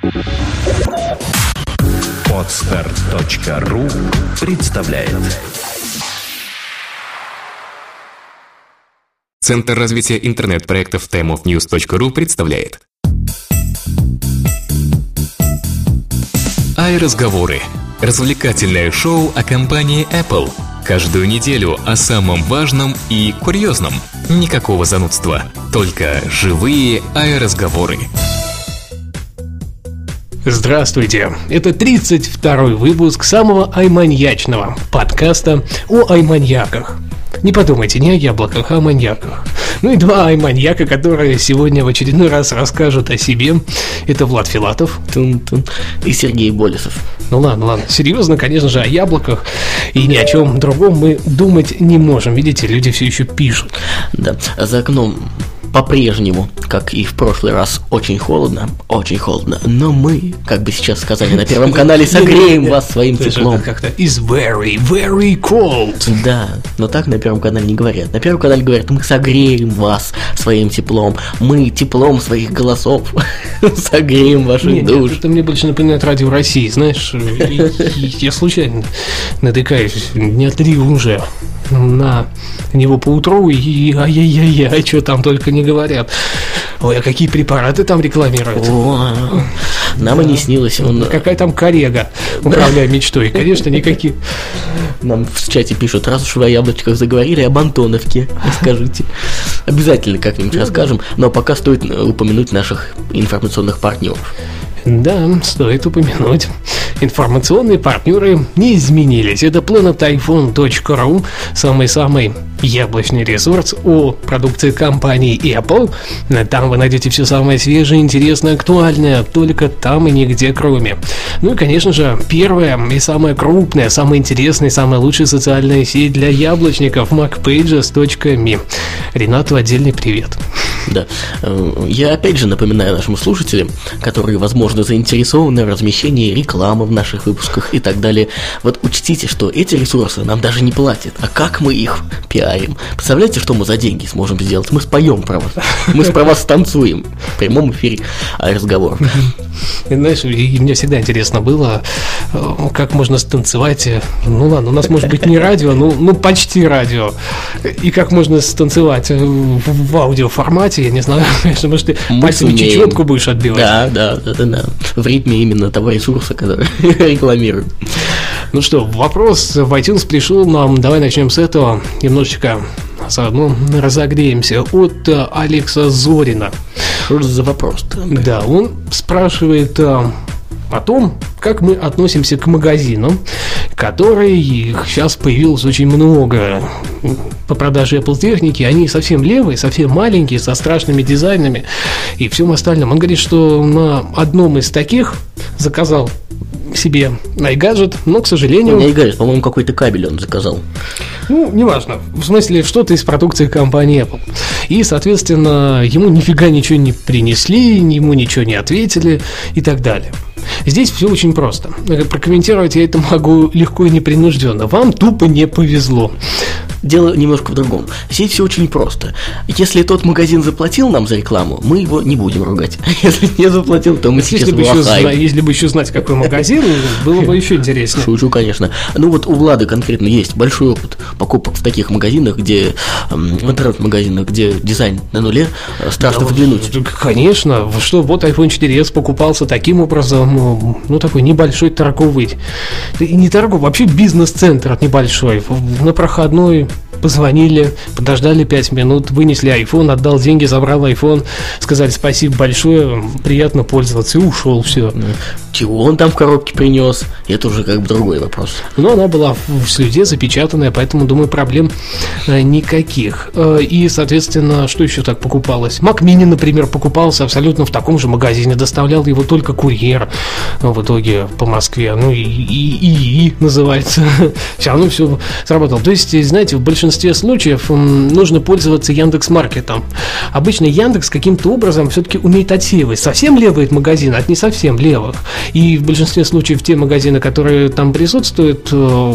Podstart.ru представляет. Центр развития интернет-проектов timeofnews.ru представляет. iRazговоры. Развлекательное шоу о компании Apple. Каждую неделю о самом важном и курьезном. Никакого занудства, только живые iRazговоры. Здравствуйте! Это 32-й выпуск самого айманьячного подкаста о айманьяках. Не подумайте, не о яблоках, а о маньяках. Ну и два айманьяка, которые сегодня в очередной раз расскажут о себе. Это Влад Филатов и Сергей Болесов. Ну ладно, серьезно, конечно же, о яблоках и ни о чем другом мы думать не можем. Видите, люди все еще пишут. Да, за окном по-прежнему, как и в прошлый раз, очень холодно, но мы, как бы сейчас сказали на Первом канале, согреем вас своим теплом. Как-то is very, very cold. Да, но так на Первом канале не говорят. На Первом канале говорят: мы согреем вас своим теплом, мы теплом своих голосов согреем ваши души. Это мне больше напоминает Радио России, знаешь, я случайно натыкаюсь дня 3 уже на него поутру, и ай-яй-яй, что там только не говорят. Ой, а какие препараты там рекламируют? О, нам и не снилось. Какая там Корега, управляя мечтой. Конечно, никаких. Нам в чате пишут: раз уж вы о яблочках заговорили, об Антоновке расскажите. Обязательно как-нибудь расскажем, но пока стоит упомянуть наших информационных партнеров. Да, стоит упомянуть. Информационные партнеры не изменились. Это planetiphone.ru, самый-самый яблочный ресурс о продукции компании Apple. Там вы найдете все самое свежее, интересное, актуальное, только там и нигде кроме. Ну и, конечно же, первая и самая крупная, самая интересная, самая лучшая социальная сеть для яблочников macpages.me. Ренату отдельный привет. Да, я опять же напоминаю нашим слушателям, которые, возможно, заинтересованы в размещении рекламы в наших выпусках и так далее. Вот учтите, что эти ресурсы нам даже не платят. А как мы их пиарим? Представляете, что мы за деньги сможем сделать? Мы споем про вас. Мы про вас танцуем в прямом эфире разговор. Знаешь, и мне всегда интересно было, как можно станцевать. Ну ладно, у нас может быть не радио, ну почти радио. И как можно станцевать в аудиоформате, я не знаю, конечно, может, ты пальцами чечетку будешь отбивать. Да. В ритме именно того ресурса, который рекламируют. Ну что, вопрос в iTunes пришел нам. Давай начнем с этого. Немножечко заодно разогреемся. От Алекса Зорина. Что за вопрос-то? Да, он спрашивает о том, как мы относимся к магазинам, которые сейчас появилось очень много по продаже Apple техники. Они совсем левые, совсем маленькие, со страшными дизайнами и всем остальным. Он говорит, что на одном из таких заказал себе iGadget, но, к сожалению... Не iGadget, по-моему, какой-то кабель он заказал. Ну, неважно. В смысле, что-то из продукции компании Apple. И, соответственно, ему нифига ничего не принесли, ему ничего не ответили и так далее. Здесь все очень просто. Прокомментировать я это могу легко и непринужденно. Вам тупо не повезло. Дело немножко в другом. Здесь все очень просто. Если тот магазин заплатил нам за рекламу, мы его не будем ругать. Если не заплатил, то мы сейчас влахаем. Если бы еще знать, какой магазин, было бы еще интереснее. Шучу, конечно. Ну вот у Влада конкретно есть большой опыт покупок в таких магазинах, где в интернет-магазинах, где дизайн на нуле, страшно взглянуть. Конечно. Что вот iPhone 4s покупался таким образом, ну такой небольшой торговый, и не торговый, вообще бизнес-центр небольшой, на проходной. Позвонили, подождали 5 минут, вынесли iPhone, отдал деньги, забрал iPhone, сказали спасибо большое, приятно пользоваться, и ушел, все. Чего он там в коробке принес, это уже как бы другой вопрос. Но она была в слюде запечатанная, поэтому, думаю, проблем никаких. И, соответственно, что еще так покупалось? Mac Mini, например, покупался абсолютно в таком же магазине, доставлял его только курьер в итоге по Москве, ну и называется, все равно все сработало. То есть, знаете, в большинстве случаев нужно пользоваться Яндекс.Маркетом. Обычно Яндекс каким-то образом все-таки умеет отсеивать совсем левые магазины от не совсем левых. И в большинстве случаев те магазины, которые там присутствуют,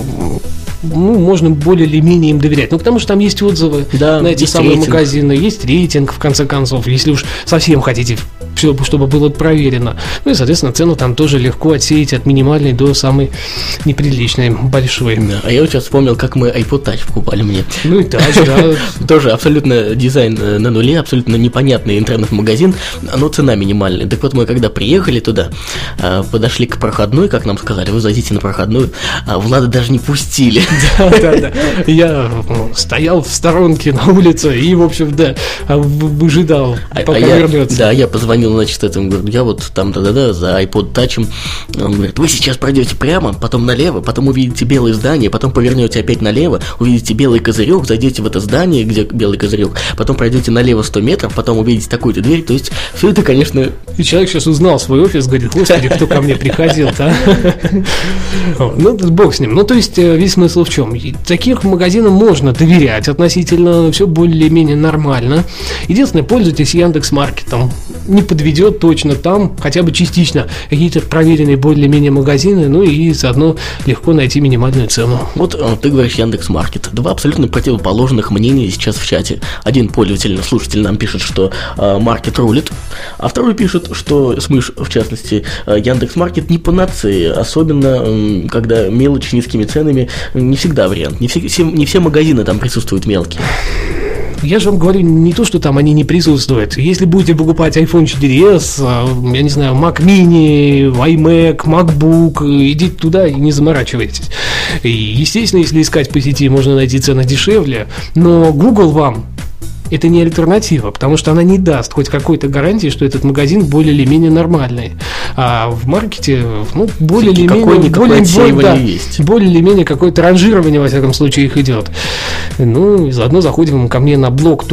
ну, можно более или менее им доверять. Ну, потому что там есть отзывы на эти самые магазины, есть рейтинг, в конце концов. Если уж совсем хотите все, чтобы было проверено. Ну и, соответственно, цену там тоже легко отсеять от минимальной до самой неприличной, большой. Да, а я вот сейчас вспомнил, как мы iPod Touch покупали мне. Ну и Touch, да. Тоже абсолютно дизайн на нуле, абсолютно непонятный интернет-магазин, но цена минимальная. Так вот, мы когда приехали туда, подошли к проходной, как нам сказали, вы зайдите на проходную, а Влада даже не пустили. Да. Я стоял в сторонке на улице и, в общем, да, выжидал, пока вернется. Да, я позвонил, значит, этому, говорю, я вот там за iPod Touch. Он говорит, вы сейчас пройдете прямо, потом налево, потом увидите белое здание, потом повернете опять налево, увидите белый козырек, зайдете в это здание, где белый козырек, потом пройдете налево 100 метров, потом увидите такую-то дверь. То есть все это, конечно... И человек сейчас узнал свой офис, говорит, господи, кто ко мне приходил-то, а? Ну, бог с ним. Ну, то есть, весь смысл в чем? Таких магазинам можно доверять относительно, все более-менее нормально. Единственное, пользуйтесь Яндекс.Маркетом. Не подведет точно там, хотя бы частично, какие-то проверенные более-менее магазины, ну и заодно легко найти минимальную цену. Вот ты говоришь Яндекс.Маркет. Два абсолютно противоположных мнения сейчас в чате. Один пользователь, слушатель нам пишет, что маркет рулит, а второй пишет, что Смыш, в частности, Яндекс.Маркет не панацея, особенно когда мелочь с низкими ценами не всегда вариант. Не все магазины там присутствуют мелкие. Я же вам говорю не то, что там они не присутствуют. Если будете покупать iPhone 4s, я не знаю, Mac Mini, iMac, MacBook, идите туда и не заморачивайтесь. И, естественно, если искать по сети, можно найти цены дешевле, но Google вам это не альтернатива, потому что она не даст хоть какой-то гарантии, что этот магазин более или менее нормальный. А в маркете, ну, более или менее какое-то ранжирование, во всяком случае, их идет. Ну, и заодно заходим ко мне на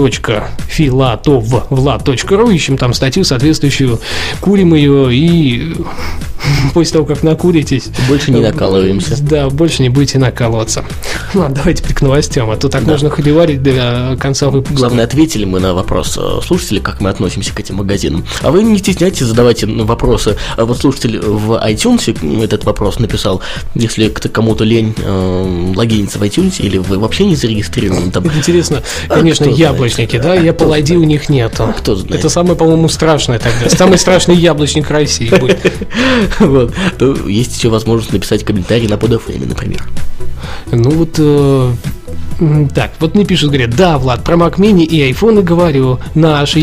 blog.filatovvlad.ru, ищем там статью соответствующую, курим ее и... После того, как накуритесь... Больше не накалываемся. Да, больше не будете накалываться. Ладно, давайте теперь к новостям, а то так можно холиварить до конца выпуска. Главное, ответили мы на вопрос слушателей, как мы относимся к этим магазинам. А вы не стесняйтесь, задавайте вопросы. Вот слушатель в iTunes этот вопрос написал. Если кому-то лень логиниться в iTunes, или вы вообще не зарегистрированы там... Интересно, конечно, яблочники, да? Apple ID у них нету. Кто знает. Это самое, по-моему, страшное тогда. Самый страшный яблочник России будет. Вот. То есть еще возможность написать комментарий на PodFM, например. Ну вот, так, вот мне пишут, говорят, да, Влад, про Mac Mini и айфоны говорю, наши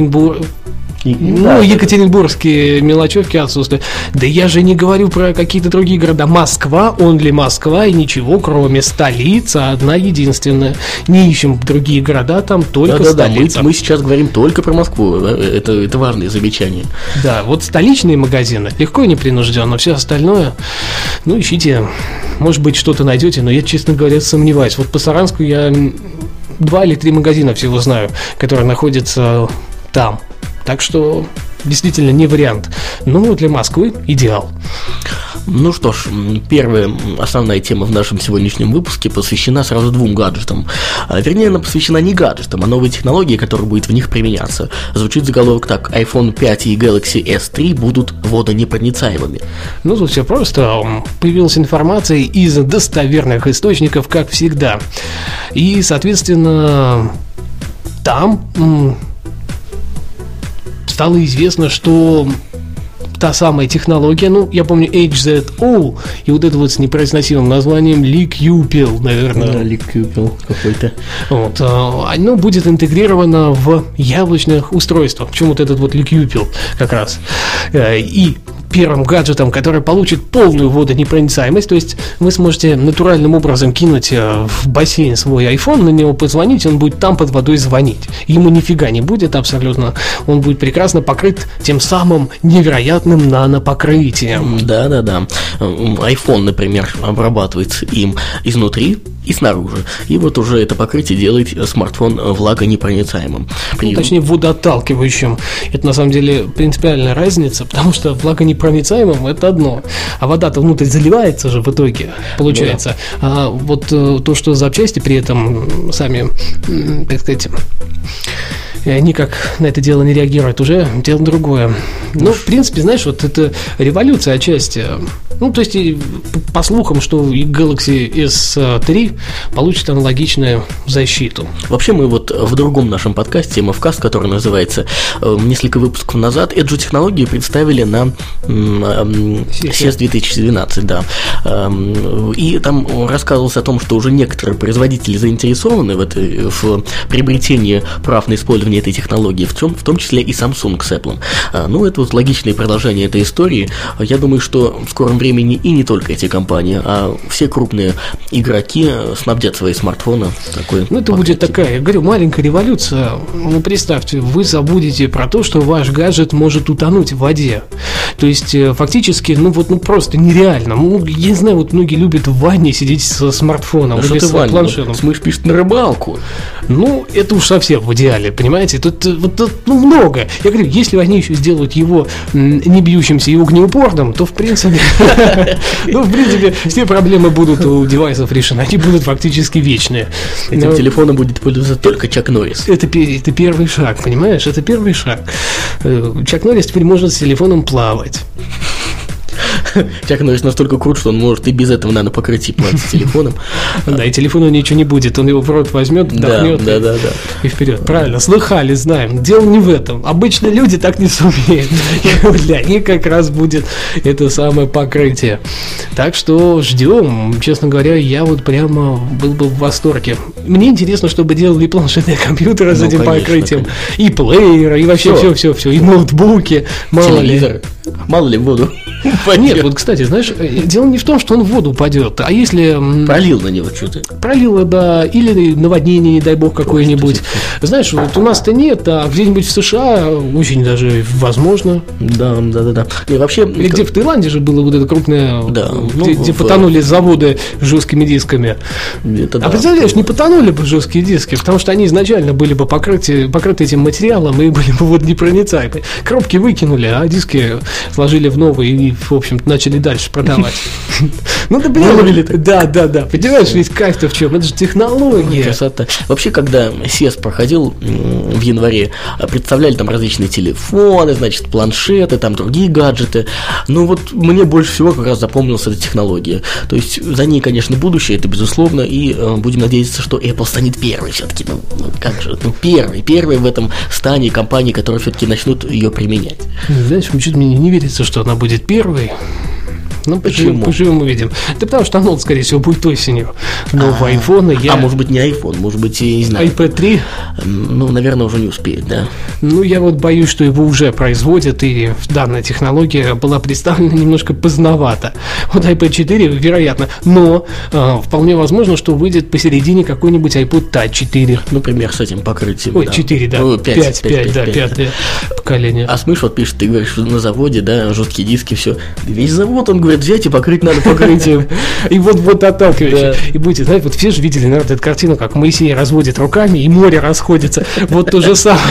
екатеринбургские мелочевки отсутствуют. Да я же не говорю про какие-то другие города. Москва, only Москва, и ничего, кроме столицы, одна единственная. Не ищем другие города, там только столица. Мы сейчас говорим только про Москву. Это важное замечание. Да, вот столичные магазины легко и непринужденно. Все остальное, ну, ищите. Может быть, что-то найдете, но я, честно говоря, сомневаюсь. Вот по Саранску я 2 или 3 магазина всего знаю, которые находятся там. Так что действительно не вариант. Но для Москвы идеал. Ну что ж, первая основная тема в нашем сегодняшнем выпуске посвящена сразу 2 гаджетам. Вернее, она посвящена не гаджетам, а новой технологии, которая будет в них применяться. Звучит заголовок так: iPhone 5 и Galaxy S3 будут водонепроницаемыми. Ну, тут все просто. Появилась информация из достоверных источников, как всегда. И, соответственно, там... стало известно, что та самая технология, ну, я помню HZO, и вот это вот с непроизносимым названием Liqpil, наверное. Да, Liqpil какой-то. Вот, оно будет интегрировано в яблочных устройствах. Почему вот этот вот Liqpil как раз. И первым гаджетом, который получит полную водонепроницаемость, то есть вы сможете натуральным образом кинуть в бассейн свой iPhone, на него позвонить, он будет там под водой звонить. Ему нифига не будет абсолютно, он будет прекрасно покрыт тем самым невероятным нанопокрытием. Да-да-да. iPhone, например, обрабатывается им изнутри и снаружи. И вот уже это покрытие делает смартфон влагонепроницаемым. Ну, точнее, водоотталкивающим. Это на самом деле принципиальная разница, потому что влагонепроницаемым это одно, а вода-то внутрь заливается же в итоге, получается. Да. А вот то, что запчасти при этом сами, так сказать, никак на это дело не реагируют, уже дело другое. Ну, в принципе, знаешь, вот это революция отчасти. Ну, то есть, по слухам, что и Galaxy S3 получит аналогичную защиту. Вообще, мы вот в другом нашем подкасте, MFcast, который называется, несколько выпусков назад, эту технологию представили на CES 2012, да. И там рассказывалось о том, что уже некоторые производители заинтересованы в приобретении прав на использование этой технологии, в том числе и Samsung с Apple. Ну, это вот логичное продолжение этой истории. Я думаю, что в скором времени и не только эти компании, а все крупные игроки снабдят свои смартфоны такой. Ну, это будет такая, я говорю, маленькая революция. Ну, представьте, вы забудете про то, что ваш гаджет может утонуть в воде. То есть, фактически, просто нереально. Ну, я не знаю, вот многие любят в ванне сидеть со смартфоном или с планшетом. Смыш пишет на рыбалку. Ну, это уж совсем в идеале, понимаете? Тут много. Я говорю, если они еще сделают его не бьющимся и огнеупорным, то в принципе все проблемы будут у девайсов решены. Они будут фактически вечные. Этим телефоном будет пользоваться только Чак Норрис. Это первый шаг, понимаешь? Это первый шаг. Чак Норрис теперь может с телефоном плавать. Чак Норрис настолько крут, что он может и без этого нанопокрытия плавать с телефоном. Да, и телефону ничего не будет, он его в рот возьмет, вдохнет и вперед. Правильно, слыхали, знаем. Дело не в этом. Обычно люди так не сумеют. Для них как раз будет это самое покрытие. Так что ждем. Честно говоря, я вот прямо был бы в восторге. Мне интересно, чтобы делали планшетные компьютеры с этим покрытием, и плееры, и вообще все, и ноутбуки. Телевизор. Мало ли в воду. Нет, вот, кстати, знаешь, дело не в том, что он в воду упадет, а если... Пролил на него что-то. Пролило, да, или наводнение, не дай бог, какое-нибудь. Знаешь, вот у нас-то нет, а где-нибудь в США очень даже возможно. Да. И вообще... Или где в Таиланде же было вот это крупное... Да. Где потонули заводы с жесткими дисками. А представляешь, не потонули бы жесткие диски, потому что они изначально были бы покрыты этим материалом и были бы водонепроницаемы. Коробки выкинули, а диски сложили в новые и, в общем-то, начали дальше продавать. Ну, да, блин, да, понимаешь, весь кайф-то в чем? Это же технология. Красота. Вообще, когда CES проходил в январе, представляли там различные телефоны, значит, планшеты, там другие гаджеты. Ну, вот мне больше всего как раз запомнилась эта технология. То есть, за ней, конечно, будущее, это безусловно, и будем надеяться, что Apple станет первой все-таки. Ну, как же, первой в этом стане компании, которые все-таки начнут ее применять. Знаешь, почему-то мне не верится, что она будет первой. Ну, поживем увидим. Да потому что анонс, скорее всего, будет осенью. Нового айфона. А может быть, не iPhone, может быть, я не знаю. iPad 3? Ну, наверное, уже не успеет, да. Ну, я вот боюсь, что его уже производят, и данная технология была представлена немножко поздновато. Вот iPad 4, вероятно, но вполне возможно, что выйдет посередине какой-нибудь iPod Touch 4. Например, с этим покрытием. Ой, 4, да. 5 поколение. А Смыш вот пишет, ты говоришь, что на заводе, да, жесткие диски, все. Весь завод, он говорит, взять и покрыть надо покрытием. И вот отталкивающий. И будете, знаете, вот все же видели, наверное, эту картину, как Моисей разводит руками, и море расходится. Вот то же самое.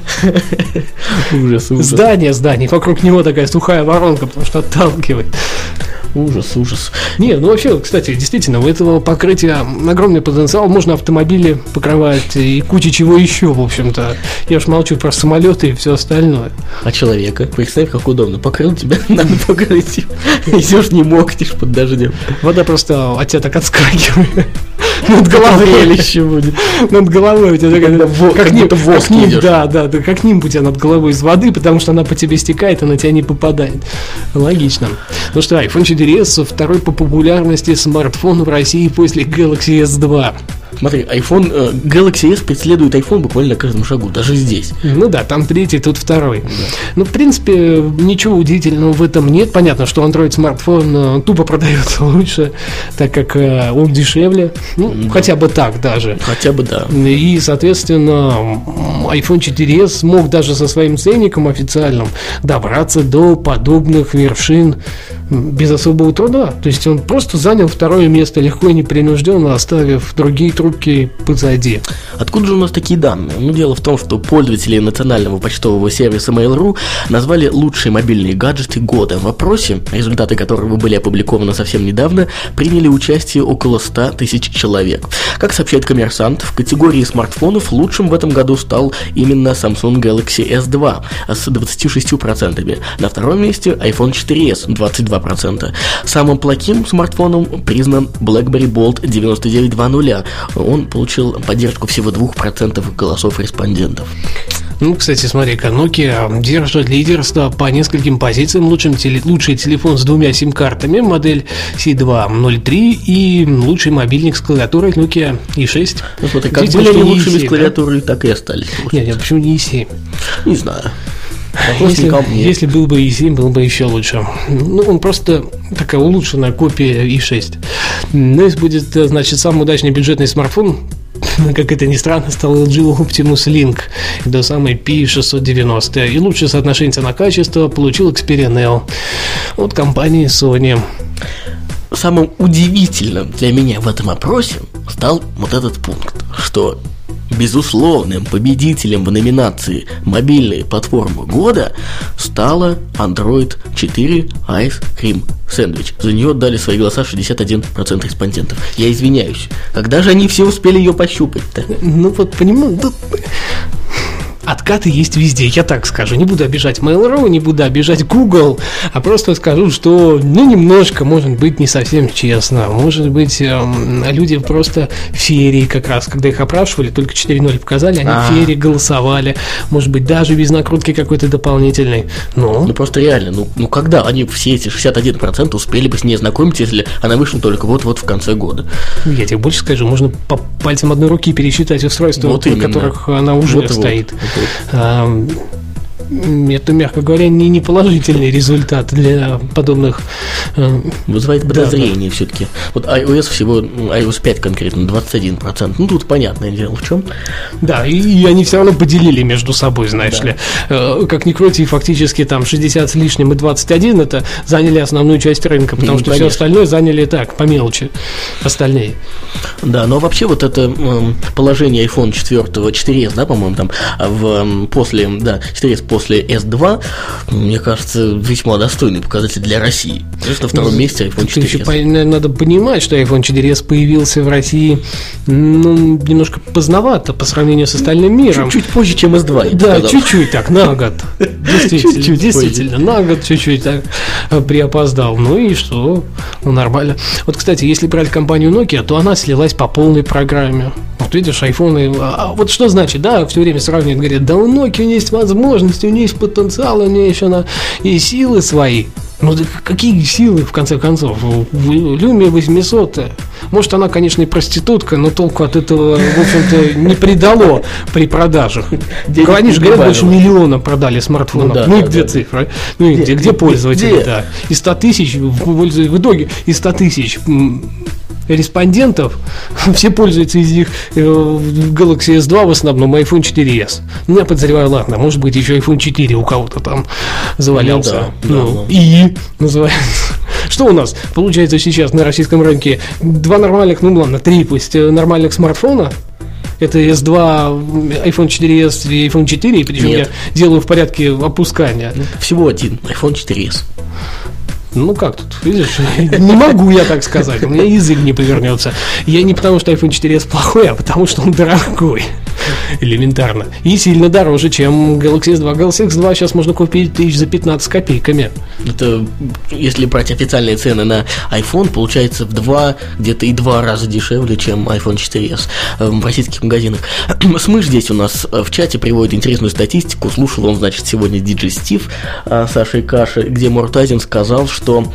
Ужас. Здание, вокруг него такая сухая воронка, потому что отталкивает. Ужас. Не, ну вообще, кстати, действительно, у этого покрытия огромный потенциал. Можно автомобили покрывать и куча чего еще, в общем-то. Я уж молчу про самолеты и все остальное. А человека? Представь, как удобно. Покрыл тебя надо покрытием. Идешь, не мокнешь под дождем. Вода просто от тебя так отскакивает. Над головой. Зрелище будет. Над головой у тебя как будто в воск идешь. Да, как нимб у тебя над головой из воды, потому что она по тебе стекает, а на тебя не попадает. Логично. Ну что, iPhone 4s второй по популярности смартфон в России после Galaxy S2. Смотри, Galaxy S преследует iPhone буквально на каждом шагу, даже здесь. Ну да, там третий, тут второй. Да. Ну, в принципе, ничего удивительного в этом нет. Понятно, что Android-смартфон тупо продается лучше, так как он дешевле. Ну, хотя бы так даже. Хотя бы да. И, соответственно, iPhone 4s смог даже со своим ценником официальным добраться до подобных вершин без особого труда. То есть он просто занял второе место легко и непринужденно, оставив другие трубки позади. Откуда же у нас такие данные? Ну, дело в том, что пользователи национального почтового сервиса Mail.ru назвали лучшие мобильные гаджеты года. В опросе, результаты которого были опубликованы совсем недавно, приняли участие около 100 тысяч человек. Как сообщает «Коммерсант», в категории смартфонов лучшим в этом году стал именно Samsung Galaxy S2 с 26%. На втором месте iPhone 4s 22%. Самым плохим смартфоном признан BlackBerry Bold 9920. Он получил поддержку всего 2% голосов респондентов. Ну, кстати, смотри-ка, Nokia держит лидерство по нескольким позициям. Лучший телефон с 2 сим-картами, модель C203, и лучший мобильник с клавиатурой Nokia E6. Ну, смотри, как были они лучшими с клавиатурой, да? Так и остались. Нет, почему не E7? Не знаю. Если был бы E7, был бы еще лучше. Ну, он просто такая улучшенная копия E6. Но если будет, значит, самый удачный бюджетный смартфон, как это ни странно, стал LG Optimus Link до самой P690. И лучшее соотношение цена-качество получил Xperia Neo от компании Sony. Самым удивительным для меня в этом опросе стал вот этот пункт, что безусловным победителем в номинации «Мобильная платформа года» стала Android 4 Ice Cream Sandwich. За нее отдали свои голоса 61% респондентов. Я извиняюсь, когда же они все успели ее пощупать-то? Ну вот, понимаю, откаты есть везде, я так скажу. Не буду обижать Mail.ru, не буду обижать Google, а просто скажу, что, немножко, может быть, не совсем честно. Может быть, люди просто феерии как раз, когда их опрашивали, только 4.0 показали, они феерии голосовали. Может быть, даже без накрутки какой-то дополнительной. Ну, просто реально, когда они все эти 61% успели бы с ней знакомиться, если она вышла только вот-вот в конце года? Я тебе больше скажу, можно по пальцам одной руки пересчитать устройства, на которых она уже стоит. Это, мягко говоря, не положительный результат для подобных. Вызывает подозрение все-таки. Вот iOS всего, iOS 5 конкретно, 21%. Ну, тут понятное дело в чем. Да, и они все равно поделили между собой, знаешь ли. Как ни крути, фактически там 60 с лишним и 21 это заняли основную часть рынка, потому что все остальное заняли так, по мелочи, остальные. Да, но вообще вот это положение iPhone 4s, да, по-моему, там, после 4s после S2, мне кажется, весьма достойный показатель для России. На втором месте iPhone 4s. Еще надо понимать, что iPhone 4s появился в России немножко поздновато по сравнению с остальным миром. Чуть позже, чем S2. Да, чуть-чуть так, на год. Действительно, на год чуть-чуть так приопоздал. Ну и что? Нормально. Вот, кстати, если брать компанию Nokia, то она слилась по полной программе. Вот видишь, айфоны. Вот что значит, да, все время сравнивают, говорят, да у Nokia есть возможности, у нее есть потенциал, у нее еще и силы свои. Ну, да какие силы, в конце концов? Lumia 800. Может, она, конечно, и проститутка, но толку от этого, в общем-то, не придало при продажах. Они же говорят, больше 1 миллиона продали смартфонов. Ну и где цифры? Ну и где пользователи? Да. Из 100 тысяч, в итоге, из 100 тысяч респондентов, все пользуются из них Galaxy S2, в основном iPhone 4s. Я подозреваю, ладно, может быть, еще iPhone 4 у кого-то там завалялся. И называется. Что у нас получается сейчас на российском рынке? 2 нормальных, 3 пусть нормальных смартфона. Это S2, iPhone 4s и iPhone 4, причем я делаю в порядке опускания. Всего один iPhone 4s. Ну как тут, видишь, не могу я так сказать, у меня язык не повернется. Я не потому, что iPhone 4s плохой, а потому, что он дорогой. Элементарно. И сильно дороже, чем Galaxy S2. Galaxy S2 сейчас можно купить тысяч за 15 копейками. Это, если брать официальные цены на iPhone, получается где-то и 2 раза дешевле, чем iPhone 4s в российских магазинах. Смыш здесь у нас в чате приводит интересную статистику. Слушал он, значит, сегодня DJ Steve Саши Каши, где Муртазин сказал, что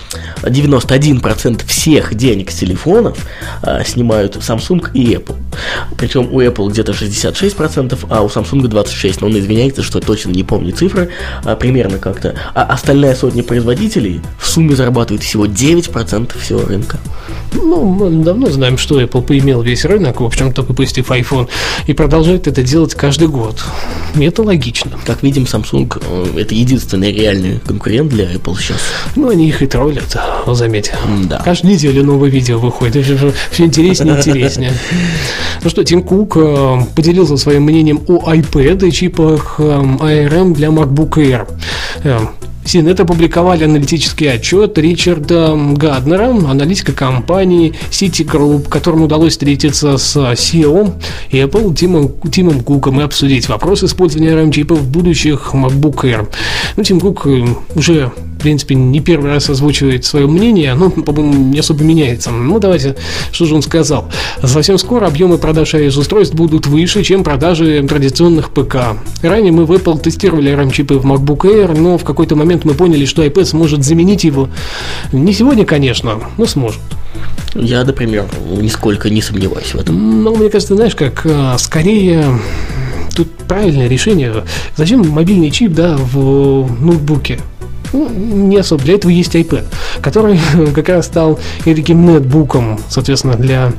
91% всех денег с телефонов снимают Samsung и Apple. Причем у Apple где-то 66%, 30%, а у Samsung 26%. Но он извиняется, что точно не помню цифры, примерно как-то. А остальная сотня производителей в сумме зарабатывает всего 9% всего рынка. Ну, мы давно знаем, что Apple поимел весь рынок, в общем-то, выпустив iPhone, и продолжает это делать каждый год. И это логично. Как видим, Samsung – это единственный реальный конкурент для Apple сейчас. Ну, они их и троллят, заметь. Да. Каждую неделю новое видео выходит, это все интереснее и интереснее. Ну что, Тим Кук поделился своим мнением о iPad и чипах ARM для MacBook Air. CNET опубликовали аналитический отчет Ричарда Гарднера, аналитика компании Citigroup, которому удалось встретиться с CEO Apple Тимом Куком и обсудить вопрос использования ARM-чипов в будущих MacBook Air. Ну, Тим Кук уже, в принципе, не первый раз озвучивает свое мнение, но, по-моему, не особо меняется. Ну, давайте, что же он сказал. Совсем скоро объемы продаж iOS-устройств будут выше, чем продажи традиционных ПК. Ранее мы в Apple тестировали ARM-чипы в MacBook Air, но в какой-то момент мы поняли, что iPad сможет заменить его. Не сегодня, конечно, но сможет. Я, например, нисколько не сомневаюсь в этом. Но мне кажется, знаешь, как скорее тут правильное решение. Зачем мобильный чип, да, в ноутбуке? Ну, не особо. Для этого есть iPad, который как раз стал и таким нетбуком, соответственно, для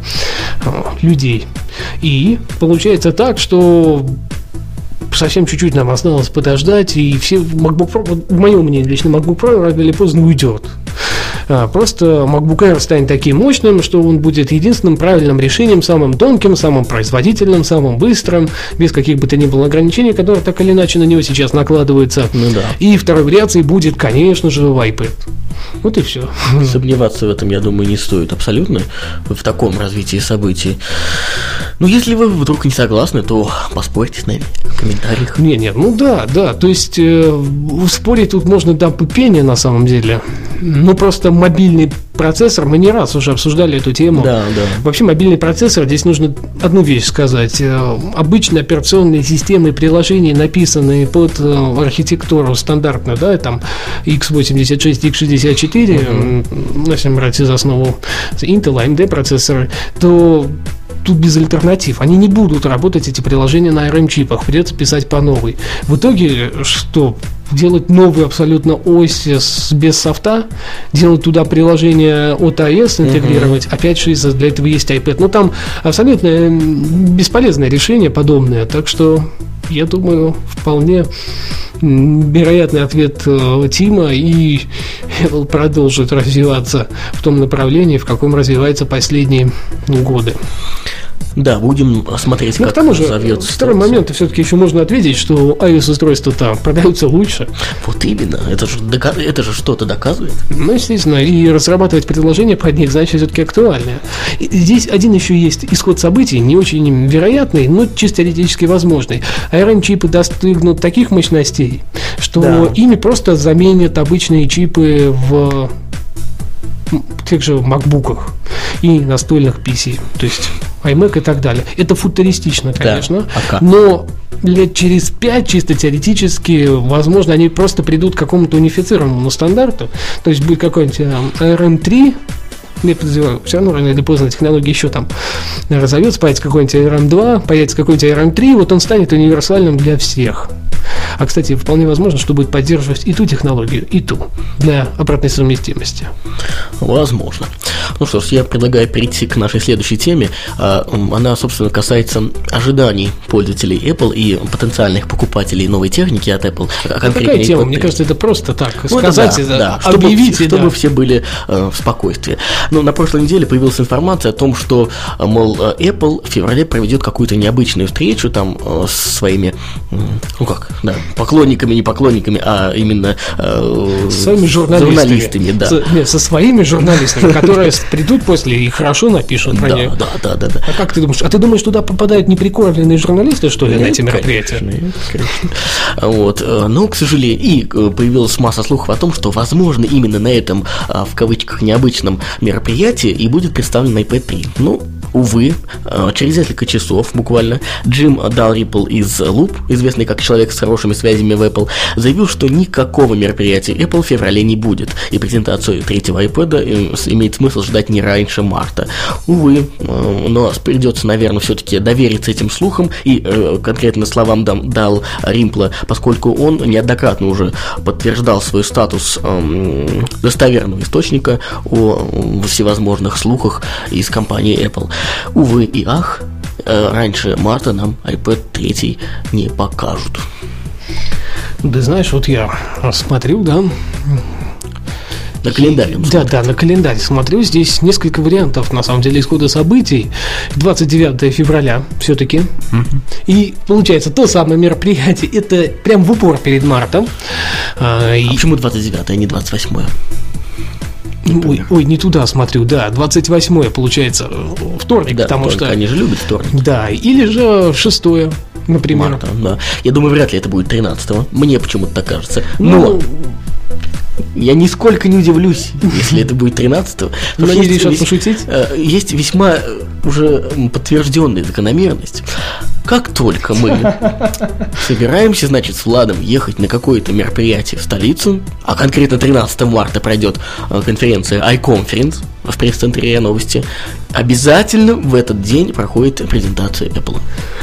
людей. И получается так, что совсем чуть-чуть нам осталось подождать, и все MacBook Pro, в моем мнении, лично MacBook Pro рано или поздно уйдет. Просто MacBook Air станет таким мощным, что он будет единственным правильным решением, самым тонким, самым производительным, самым быстрым, без каких бы то ни было ограничений, которые так или иначе на него сейчас накладываются. Ну да. И второй вариацией будет, конечно же, iPad. Вот и все. Сомневаться в этом, я думаю, не стоит абсолютно в таком развитии событий. Но если вы вдруг не согласны, то поспорьте с нами в комментариях. Нет, ну да, то есть спорить тут можно до пупения на самом деле. Ну просто мобильный процессор, мы не раз уже обсуждали эту тему. Да. Вообще мобильный процессор, здесь нужно одну вещь сказать. Обычно операционные системы и приложения, написанные под архитектуру стандартную, да, там x86, x64, если брать из основу Intel, AMD процессоры, то тут без альтернатив. Они не будут работать, эти приложения, на ARM-чипах. Придется писать по новой. В итоге, что? Делать новую абсолютно ось без софта, делать туда приложение от iOS, интегрировать. Опять же, для этого есть iPad. Но там абсолютно бесполезное решение подобное. Так что, я думаю, вполне вероятный ответ Тима, и Apple продолжит развиваться в том направлении, в каком развивается последние годы. Да, будем смотреть, как к тому же, разовьется. Второй момент, все-таки еще можно ответить, что iOS-устройства-то продаются лучше. Вот именно, это же что-то доказывает. Ну, естественно, и разрабатывать предложения под них, значит, все-таки актуальное. И здесь один еще есть исход событий, не очень вероятный, но чисто теоретически возможный. ARM-чипы достигнут таких мощностей, что ими просто заменят обычные чипы в тех же макбуках и настольных PC, то есть iMac и так далее. Это футуристично, конечно, но лет через 5, чисто теоретически, возможно, они просто придут к какому-то унифицированному стандарту, то есть будет какой-нибудь ARM3, я подозреваю, все равно рано или поздно технология еще там разовьется, появится какой-нибудь ARM2, появится какой-нибудь ARM3, вот он станет универсальным для всех. А, кстати, вполне возможно, что будет поддерживать и ту технологию, и ту, для обратной совместимости. Возможно. Ну что ж, я предлагаю перейти к нашей следующей теме. Она, собственно, касается ожиданий пользователей Apple и потенциальных покупателей новой техники от Apple. Какая тема? Мне кажется, это просто так сказать, объявить, чтобы все были в спокойствии. Но на прошлой неделе появилась информация о том, что, мол, Apple в феврале проведет какую-то необычную встречу там с своими, поклонниками, не поклонниками, а именно своими журналистами. Да. Со своими журналистами, которые придут после и хорошо напишут про нее. Да. А как ты думаешь? А ты думаешь, туда попадают неприкормленные журналисты, что ли, на эти мероприятия? Конечно. Вот. Но, к сожалению, и появилась масса слухов о том, что, возможно, именно на этом, в кавычках, необычном мероприятии и будет представлен iPad 3. Ну, увы, через несколько часов буквально Джим Далрипл из Loop, известный как человек с хорошими связями в Apple, заявил, что никакого мероприятия Apple в феврале не будет, и презентацию третьего iPad имеет смысл ждать не раньше марта. Увы, но придется, наверное, все-таки довериться этим слухам и конкретно словам Дал Римпла, поскольку он неоднократно уже подтверждал свой статус достоверного источника о всевозможных слухах из компании Apple. Увы и ах, раньше марта нам iPad 3 не покажут. Да знаешь, вот я смотрю, да. На календарь. Да, на календарь смотрю. Здесь несколько вариантов, на самом деле, исхода событий. 29 февраля все-таки. И получается, то самое мероприятие, это прям в упор перед мартом. Почему 29, а не 28? Ой, не туда смотрю, да, 28-е, получается, вторник, да, потому что... Они же любят вторник. Да, или же 6-е, например. Марта, да. Я думаю, вряд ли это будет 13-го. Мне почему-то так кажется. Но... Я нисколько не удивлюсь, если это будет 13-го. Но они решат пошутить? Есть весьма уже подтвержденная закономерность. Как только мы собираемся, значит, с Владом ехать на какое-то мероприятие в столицу, а конкретно 13 марта пройдет конференция iConference в пресс-центре РИА Новости, обязательно в этот день проходит презентация Apple.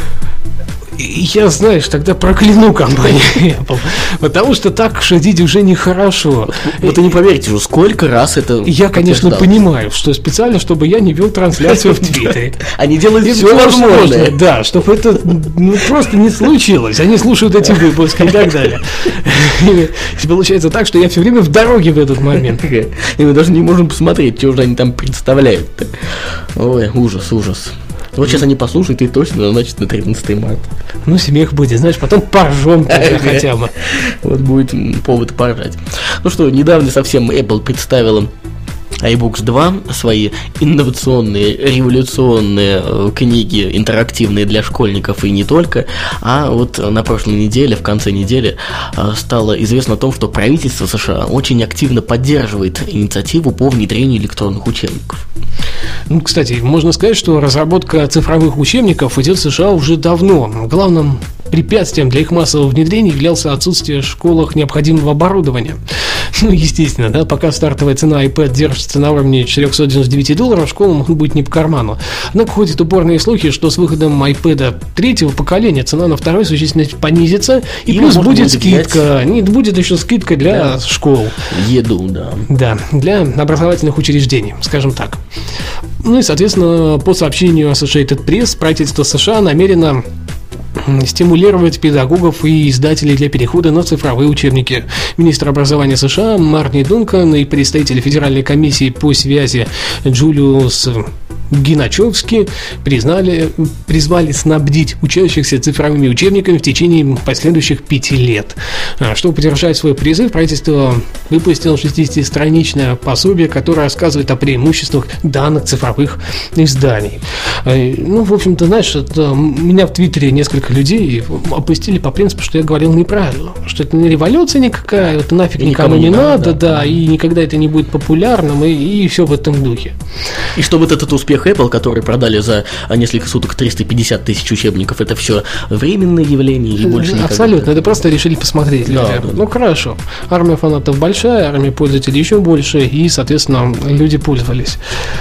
Я, знаешь, тогда прокляну компанию Apple, потому что так шадить уже нехорошо. Вот и не поверите уже, сколько раз это... Я, конечно, понимаю, что специально, чтобы я не вел трансляцию в Твиттере. Они делают все возможное. Да, чтобы это просто не случилось. Они слушают эти выпуски и так далее. И получается так, что я все время в дороге в этот момент. И мы даже не можем посмотреть, что же они там представляют. Ой, ужас, ужас. Вот сейчас они послушают и точно назначат на 13 марта. Ну, смех будет, знаешь, потом поржем хотя бы. Вот будет повод поржать. Ну что, недавно совсем Apple представила iBooks 2, свои инновационные, революционные книги, интерактивные для школьников и не только. А вот на прошлой неделе, в конце недели, стало известно о том, что правительство США очень активно поддерживает инициативу по внедрению электронных учебников. Ну, кстати, можно сказать, что разработка цифровых учебников идет в США уже давно. Главным препятствием для их массового внедрения являлся отсутствие в школах необходимого оборудования. Ну, естественно, да, пока стартовая цена iPad держится на уровне $499, школам он будет не по карману. Однако ходят упорные слухи, что с выходом iPad третьего поколения цена на второй существенно понизится, и плюс будет скидка. Нет, будет еще скидка для школ. Еду, да. Да, для образовательных учреждений, скажем так. Ну и, соответственно, по сообщению Associated Press, правительство США намерено стимулировать педагогов и издателей для перехода на цифровые учебники. Министр образования США Марни Дункан и представители Федеральной комиссии по связи Джулиус Геначевский призвали снабдить учащихся цифровыми учебниками в течение последующих 5 лет. Чтобы поддержать свой призыв, правительство выпустило 60-страничное пособие, которое рассказывает о преимуществах данных цифровых изданий. Ну, в общем-то, знаешь, меня в Твиттере несколько людей опустили по принципу, что я говорил неправильно, что это не революция никакая, это нафиг никому не надо, да, и никогда это не будет популярным, и все в этом духе. И что вот этот успех Apple, который продали за несколько суток 350 тысяч учебников, это все временное явление или больше никогда? Абсолютно, это просто решили посмотреть люди. Да. Ну хорошо, армия фанатов большая, армия пользователей еще больше, и, соответственно, люди пользовались.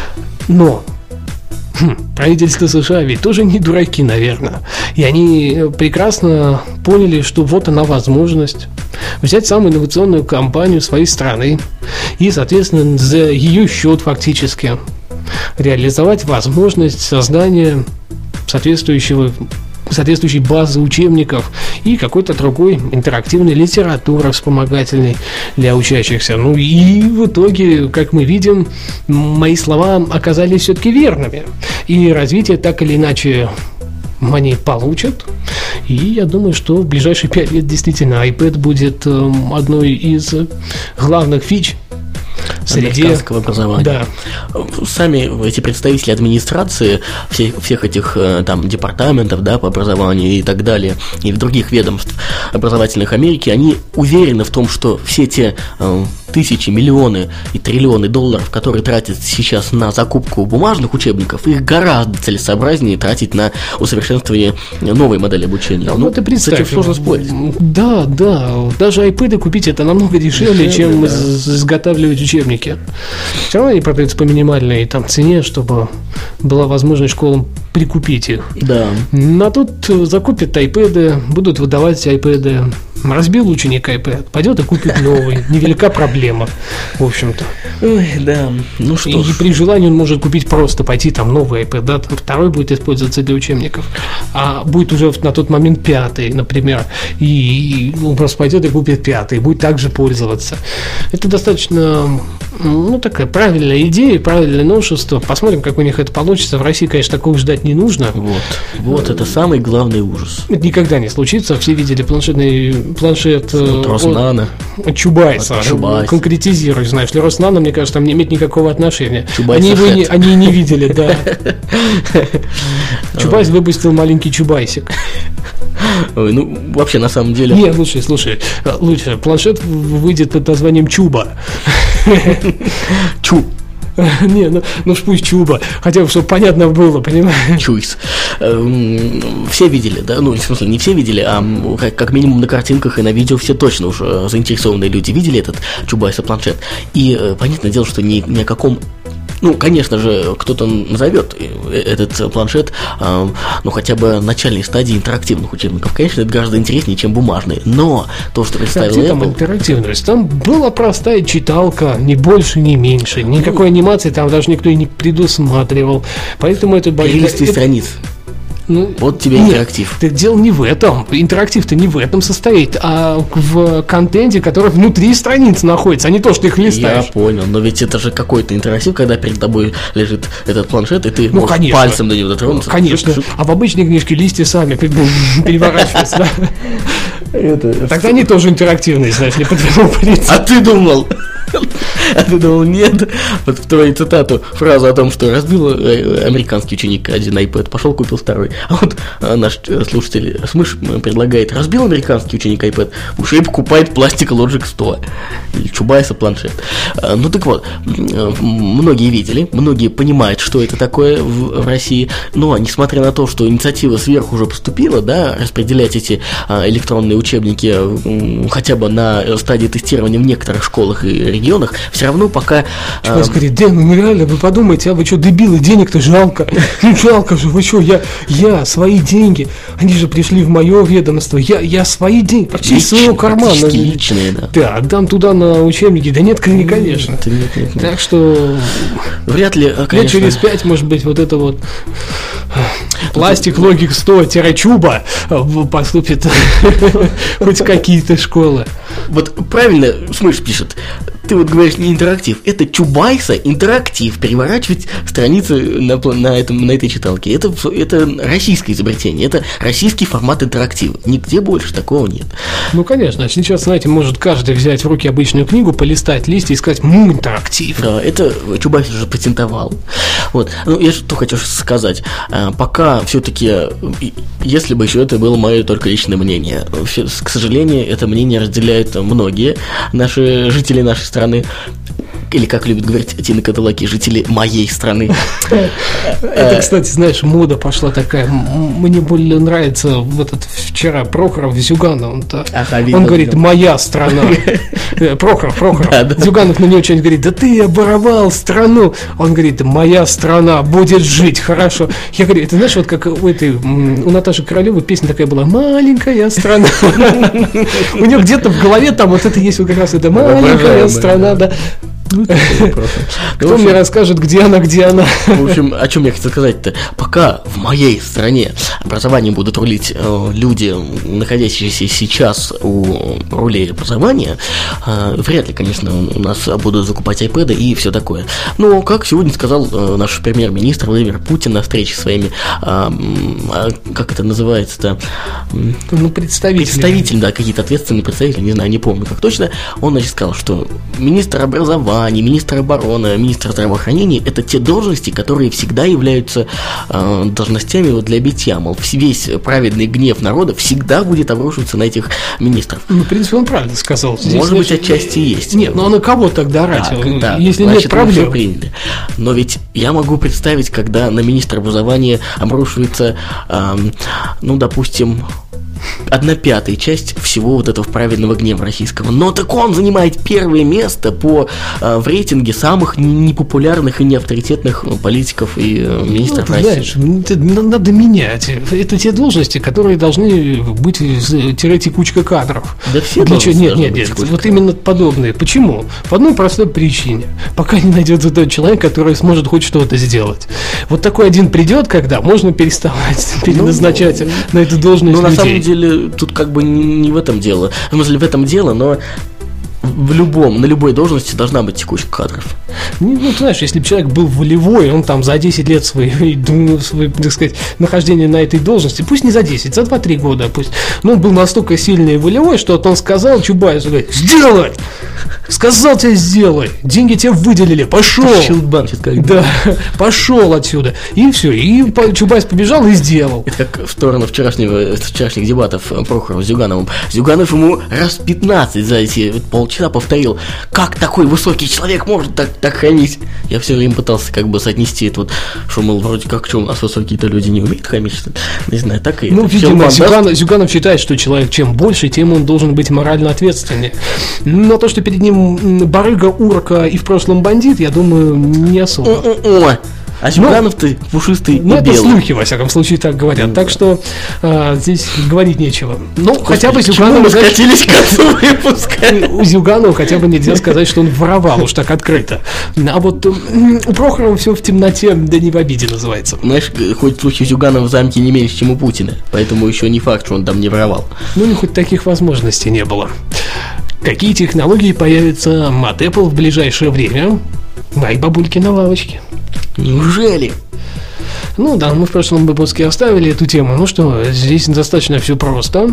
Но правительство США ведь тоже не дураки, наверное. И они прекрасно поняли, что вот она возможность взять самую инновационную компанию своей страны и, соответственно, за ее счет фактически реализовать возможность создания соответствующей базы учебников и какой-то другой интерактивной литературы вспомогательной для учащихся. Ну и в итоге, как мы видим, мои слова оказались все-таки верными. И развитие так или иначе они получат. И я думаю, что в ближайшие 5 лет действительно iPad будет одной из главных фич американского образования. Да. Сами эти представители администрации всех этих там департаментов, да, по образованию и так далее, и других ведомств образовательных Америки, они уверены в том, что все те тысячи, миллионы и триллионы долларов, которые тратят сейчас на закупку бумажных учебников, их гораздо целесообразнее тратить на усовершенствование новой модели обучения. Ну, ты представь, с этим сложно спорить. Да, даже iPad купить это намного дешевле, чем изготавливать учебники. Все равно они продаются по минимальной там цене, чтобы была возможность школам прикупить их. Да. А тут закупят iPad, будут выдавать iPad. Разбил ученик iPad, пойдет и купит новый. Невелика проблема, в общем-то. Ой, да. Ну что ж. И при желании он может купить просто, пойти там новый iPad, да, там второй будет использоваться для учебников, а будет уже на тот момент пятый, например, и он просто пойдет и купит пятый, и будет также пользоваться. Это достаточно, такая правильная идея, правильное новшество. Посмотрим, как у них это получится. В России, конечно, такого ждать не нужно. Вот это самый главный ужас. Это никогда не случится. Все видели планшет Роснано. Чубайса. Конкретизируй, знаешь ли, Роснано, мне кажется, там не имеет никакого отношения. Они не видели, да. Чубайс выпустил маленький чубайсик. Ой, вообще, на самом деле... Не, лучше. Планшет выйдет под названием Чуба. Чу. Не, пусть Чуба. Хотя бы, чтобы понятно было, понимаешь? Чуйс. Все видели, да? В смысле, не все видели, а как минимум на картинках и на видео все точно уже заинтересованные люди видели этот Чубайса планшет. И понятное дело, что ни о каком... конечно же, кто-то назовет этот планшет, хотя бы начальной стадии интерактивных учебников. Конечно, это гораздо интереснее, чем бумажные. Но то, что представил Apple... там интерактивность? Там была простая читалка, ни больше, ни меньше. Никакой анимации там даже никто и не предусматривал. Поэтому это... Перелистывай страниц. Вот тебе интерактив. Нет, дело не в этом. Интерактив-то не в этом состоит, а в контенте, который внутри страниц находится, а не то, что ты их листаешь. Я понял, но ведь это же какой-то интерактив, когда перед тобой лежит этот планшет, и ты можешь пальцем до него дотронуться. Конечно. А в обычной книжке листья сами переворачиваются. Тогда они тоже интерактивные, знаешь, не по твоему принципу. А ты думал? Нет. Вот в твою цитату фразу о том, что разбил американский ученик один iPad, пошел купил второй. А вот наш слушатель Смыш предлагает: разбил американский ученик iPad, уже и покупает пластик Logic 100 или Чубайса планшет. Так вот, многие видели, многие понимают, что это такое в России, но несмотря на то, что инициатива сверху уже поступила, да, распределять эти электронные учебники хотя бы на стадии тестирования в некоторых школах и регионах, все равно пока... Чубайс говорит: реально, вы подумайте, вы что, дебилы, денег-то жалко. Жалко же, вы что, я свои деньги, они же пришли в мое ведомство, я свои деньги, почти из своего кармана. Личные, да. Да, отдам туда на учебники. Да нет, конечно. Нет. Так что... Вряд ли, конечно. Лет через 5, может быть, вот это вот пластик Logic 100-Чуба поступит хоть какие-то школы. Вот правильно Смыш пишет. Ты вот говоришь, не интерактив. Это Чубайса интерактив. Переворачивать страницы на этой читалке. Это российское изобретение. Это российский формат интерактива. Нигде больше такого нет. Конечно. Сейчас, знаете, может каждый взять в руки обычную книгу, полистать листья и сказать: интерактив. Да, это Чубайс уже патентовал. Вот. Я что хочу сказать. Пока все-таки, если бы еще это было мое только личное мнение, к сожалению, это мнение разделяют многие жители нашей страны. Или, как любят говорить Тина Каталаки, жители моей страны. Это, кстати, знаешь, мода пошла такая. Мне более нравится вчера Прохоров Зюганов. Он говорит: моя страна. Прохоров. Зюганов на него что-нибудь говорит: да ты оборовал страну. Он говорит: моя страна будет жить хорошо. Я говорю: это знаешь, вот как у Наташи Королевой песня такая была: маленькая страна. У нее где-то в голове там вот это есть, вот как раз это маленькая страна, да. Кто мне расскажет, где она? В общем, о чем я хотел сказать-то? Пока в моей стране образованием будут рулить люди, находящиеся сейчас у рулей образования, вряд ли, конечно, у нас будут закупать iPad и все такое. Но, как сегодня сказал наш премьер-министр Владимир Путин на встрече с своими, как это называется-то? Представители, да, какие-то ответственные представители, не знаю, не помню как точно. Он, сказал, что министр образования образования, министр обороны, министр здравоохранения – это те должности, которые всегда являются должностями вот для битья. Мол, весь праведный гнев народа всегда будет обрушиваться на этих министров. Ну, в принципе, он правильно сказал. Здесь, может быть, отчасти есть. Нет, но на кого тогда орать, да, если значит, нет проблем? Приняли. Но ведь я могу представить, когда на министра образования обрушивается, допустим, 1/5 часть всего вот этого праведного гнева российского. Но так он занимает первое место в рейтинге самых непопулярных и неавторитетных политиков и министров России. Знаешь, надо менять. Это те должности, которые должны быть текучка кадров. Да все должны Нет, вот именно подобные. Почему? По одной простой причине. Пока не найдется тот человек, который сможет хоть что-то сделать. Вот такой один придет, когда можно переставать переназначать на эту должность людей. На самом деле, тут как бы не в этом дело. В смысле, в этом дело, но на любой должности должна быть текучка кадров. Ну, ты знаешь, если бы человек был волевой, он там за 10 лет своего, так сказать, нахождения на этой должности, пусть не за 10, за 2-3 года, пусть, но он был настолько сильный и волевой, что вот он сказал Чубайсу, говорит: сделай! Сказал тебе сделай! Деньги тебе выделили, пошел! Да, пошел отсюда! И все, и Чубайс побежал и сделал. Это как в сторону вчерашних дебатов Прохорова с Зюгановым. Зюганов ему раз 15 за эти полчаса повторил: как такой высокий человек может так хамить? Я все время пытался как бы соотнести это вот, что, мол, вроде как, что у нас высокие-то люди не умеют хамить, что не знаю, так и... Ну, видимо, Зюганов считает, что человек чем больше, тем он должен быть морально ответственнее. Но то, что перед ним барыга, урка и в прошлом бандит, я думаю, не особо. А Зюганов-то пушистый и белый. Это слухи, во всяком случае, так говорят. Так что здесь говорить нечего. Ну, хотя бы Зюганов... Мы скатились к концу выпуска. У Зюганова хотя бы нельзя сказать, что он воровал уж так открыто. А вот у Прохорова все в темноте, да не в обиде называется. Знаешь, хоть слухи Зюганова в замке не меньше, чем у Путина. Поэтому еще не факт, что он там не воровал. Ну, хоть таких возможностей не было. Какие технологии появятся от Apple в ближайшее время? Мои бабульки на лавочке. Неужели? Ну да, мы в прошлом выпуске оставили эту тему. Ну что, здесь достаточно все просто.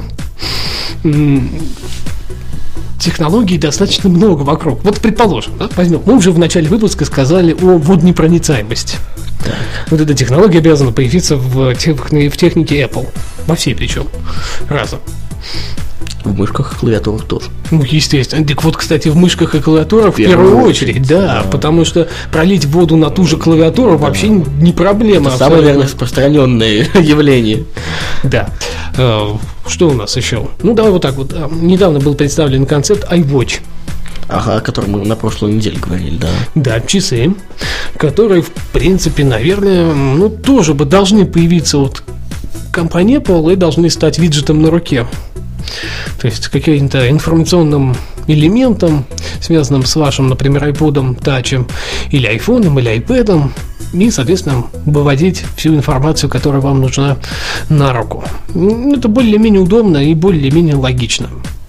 Технологий достаточно много вокруг. Вот предположим, да, возьмем, мы уже в начале выпуска сказали о водонепроницаемости. Так. Вот эта технология обязана появиться в технике Apple. Во всей причем. Разом. В мышках и клавиатурах тоже. Ну, естественно. Так вот, кстати, в мышках и клавиатурах в первую очередь, да. Потому что пролить воду на ту же клавиатуру вообще не проблема. Это самое, наверное, распространенное явление. Да. Что у нас еще? Ну, давай вот так вот. Недавно был представлен концепт iWatch. Ага, о котором мы на прошлой неделе говорили, да. Да, часы, которые, в принципе, наверное, ну, тоже бы должны появиться вот компания Apple и должны стать виджетом на руке. То есть каким-то информационным элементом, связанным с вашим, например, iPod'ом, Touch'ем, или iPhone'ом, или iPad'ом, и, соответственно, выводить всю информацию, которая вам нужна, на руку. Это более-менее удобно и более-менее логично.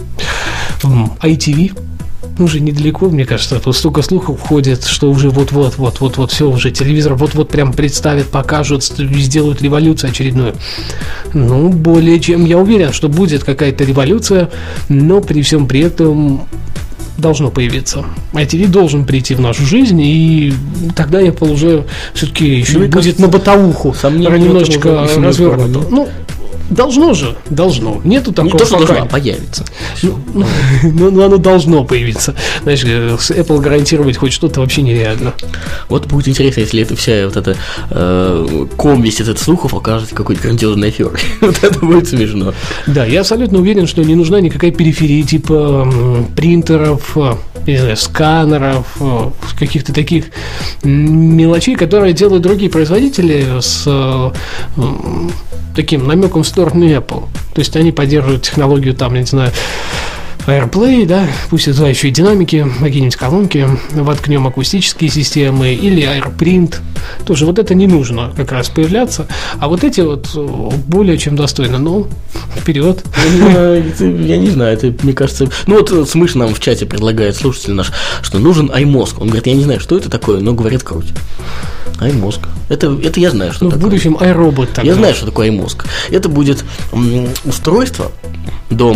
ITV уже недалеко, мне кажется, тут столько слухов ходит, что уже вот все, уже телевизор вот прям представят, покажут, сделают революцию очередную. Ну, более чем я уверен, что будет какая-то революция, но при всем при этом должно появиться. ITV должен прийти в нашу жизнь, и тогда Apple уже все-таки еще будет кажется, на бытовуху немножечко развернуто. Ну, должно же, должно. Нету такого. Не то, что должно, появится. Ну, оно должно появиться. Знаешь, с Apple гарантировать хоть что-то вообще нереально. Вот будет интересно, если это вся вот эта весь этот слухов окажется какой-то грандиозной аферой. Вот это будет смешно. Да, я абсолютно уверен, что не нужна никакая периферия типа принтеров, не знаю, сканеров, каких-то таких мелочей, которые делают другие производители с таким намеком в сторону Apple. То есть они поддерживают технологию, там, я не знаю, AirPlay, да, пусть туда еще и динамики, какие-нибудь колонки, воткнем акустические системы, или AirPrint. Тоже вот это не нужно как раз появляться. А вот эти вот более чем достойны. Ну, вперед. Я не знаю, это, мне кажется... Ну, вот Смыш нам в чате предлагает, слушатель наш, что нужен iMozg. Он говорит, я не знаю, что это такое, но говорит круть. iMozg. Это я знаю, что такое. В будущем iRobot. Я знаю, что такое iMozg. Это будет устройство дома,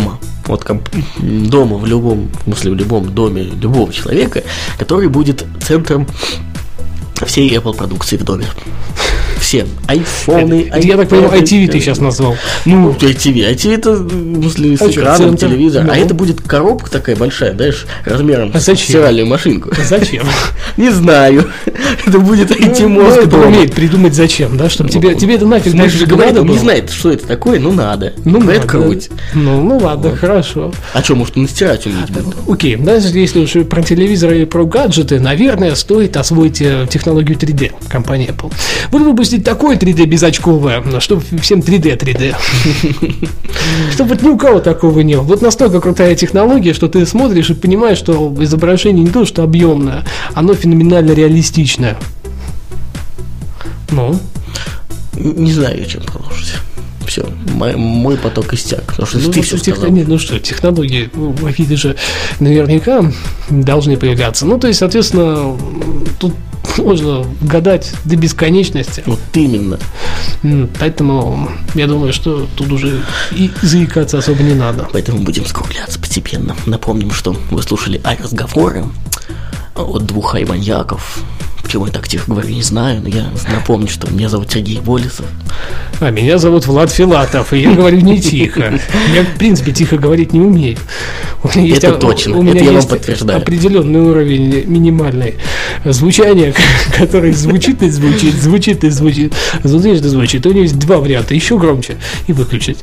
вот дома в любом доме любого человека, который будет центром всей Apple продукции в доме. Все. Айфоны, я так понимаю, ITV ты сейчас назвал. Ну, ITV это, в смысле, с экраном, телевизор. А это будет коробка такая большая, знаешь, размером с стиральную машинку. Зачем? Не знаю. Это будет IT-мозг дома. Он умеет придумать зачем, да? Чтобы тебе это нафиг больше не надо было. Он не знает, что это такое, но надо. Это круть. Ну ладно, хорошо. А что, может, он стирать уметь будет? Окей, даже если уж про телевизоры и про гаджеты, наверное, стоит освоить технологию 3D компании Apple. Буду выпустить такое 3D безочковое, чтобы всем 3D. Чтобы вот ни у кого такого не было. Вот настолько крутая технология, что ты смотришь и понимаешь, что изображение не то, что объемное, оно феноменально реалистичное. Ну? Не знаю, чем продолжить. Все, мой поток истяк. Потому что ты все сказал. Технологии какие-то же наверняка должны появляться. Ну, то есть, соответственно, тут можно гадать до бесконечности. Вот именно. Поэтому я думаю, что тут уже и заикаться особо не надо. Поэтому будем скругляться постепенно. Напомним, что вы слушали разговоры от двух ай-маньяков. Почему я так тихо говорю, не знаю, но я напомню, что меня зовут Сергей Болесов. А меня зовут Влад Филатов, и я говорю не тихо. Я, в принципе, тихо говорить не умею. Это точно, это я вам подтверждаю. Определенный уровень минимальный звучания, который звучит и звучит. Звучит. У него есть два варианта: еще громче и выключить.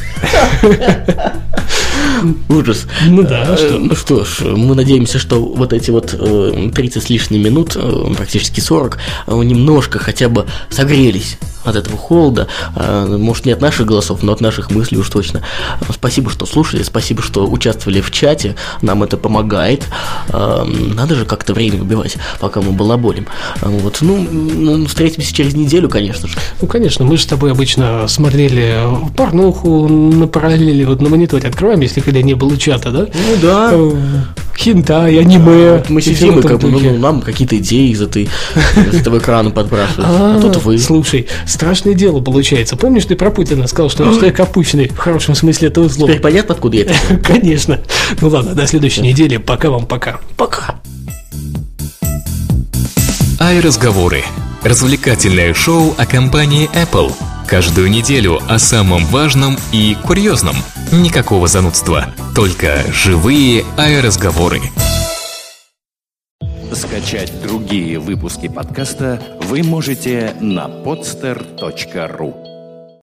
Ужас. Ну да, что? Ну что ж, мы надеемся, что вот эти вот 30 с лишним минут, практически 40, немножко хотя бы согрелись от этого холода. Может, не от наших голосов, но от наших мыслей уж точно. Спасибо, что слушали, спасибо, что участвовали в чате. Нам это помогает. Надо же как-то время выбивать, пока мы балаболим. Вот, встретимся через неделю, конечно же. Ну, конечно, мы же с тобой обычно смотрели порнуху на параллели, вот на мониторе открываем, если когда не было чата, да? Ну да. Хентай, аниме. Мы сидим и как бы, нам какие-то идеи из этого экрана подбрасывают. А тут вы. Слушай, страшное дело получается. Помнишь, ты про Путина сказал, что человек опущенный в хорошем смысле этого слова? Теперь понятно, откуда я это? Конечно. Ну ладно, до следующей недели. Пока вам пока. Пока. iRazговоры. Развлекательное шоу о компании Apple. Каждую неделю о самом важном и курьезном. Никакого занудства. Только живые iRazговоры. Скачать другие выпуски подкаста вы можете на podster.ru.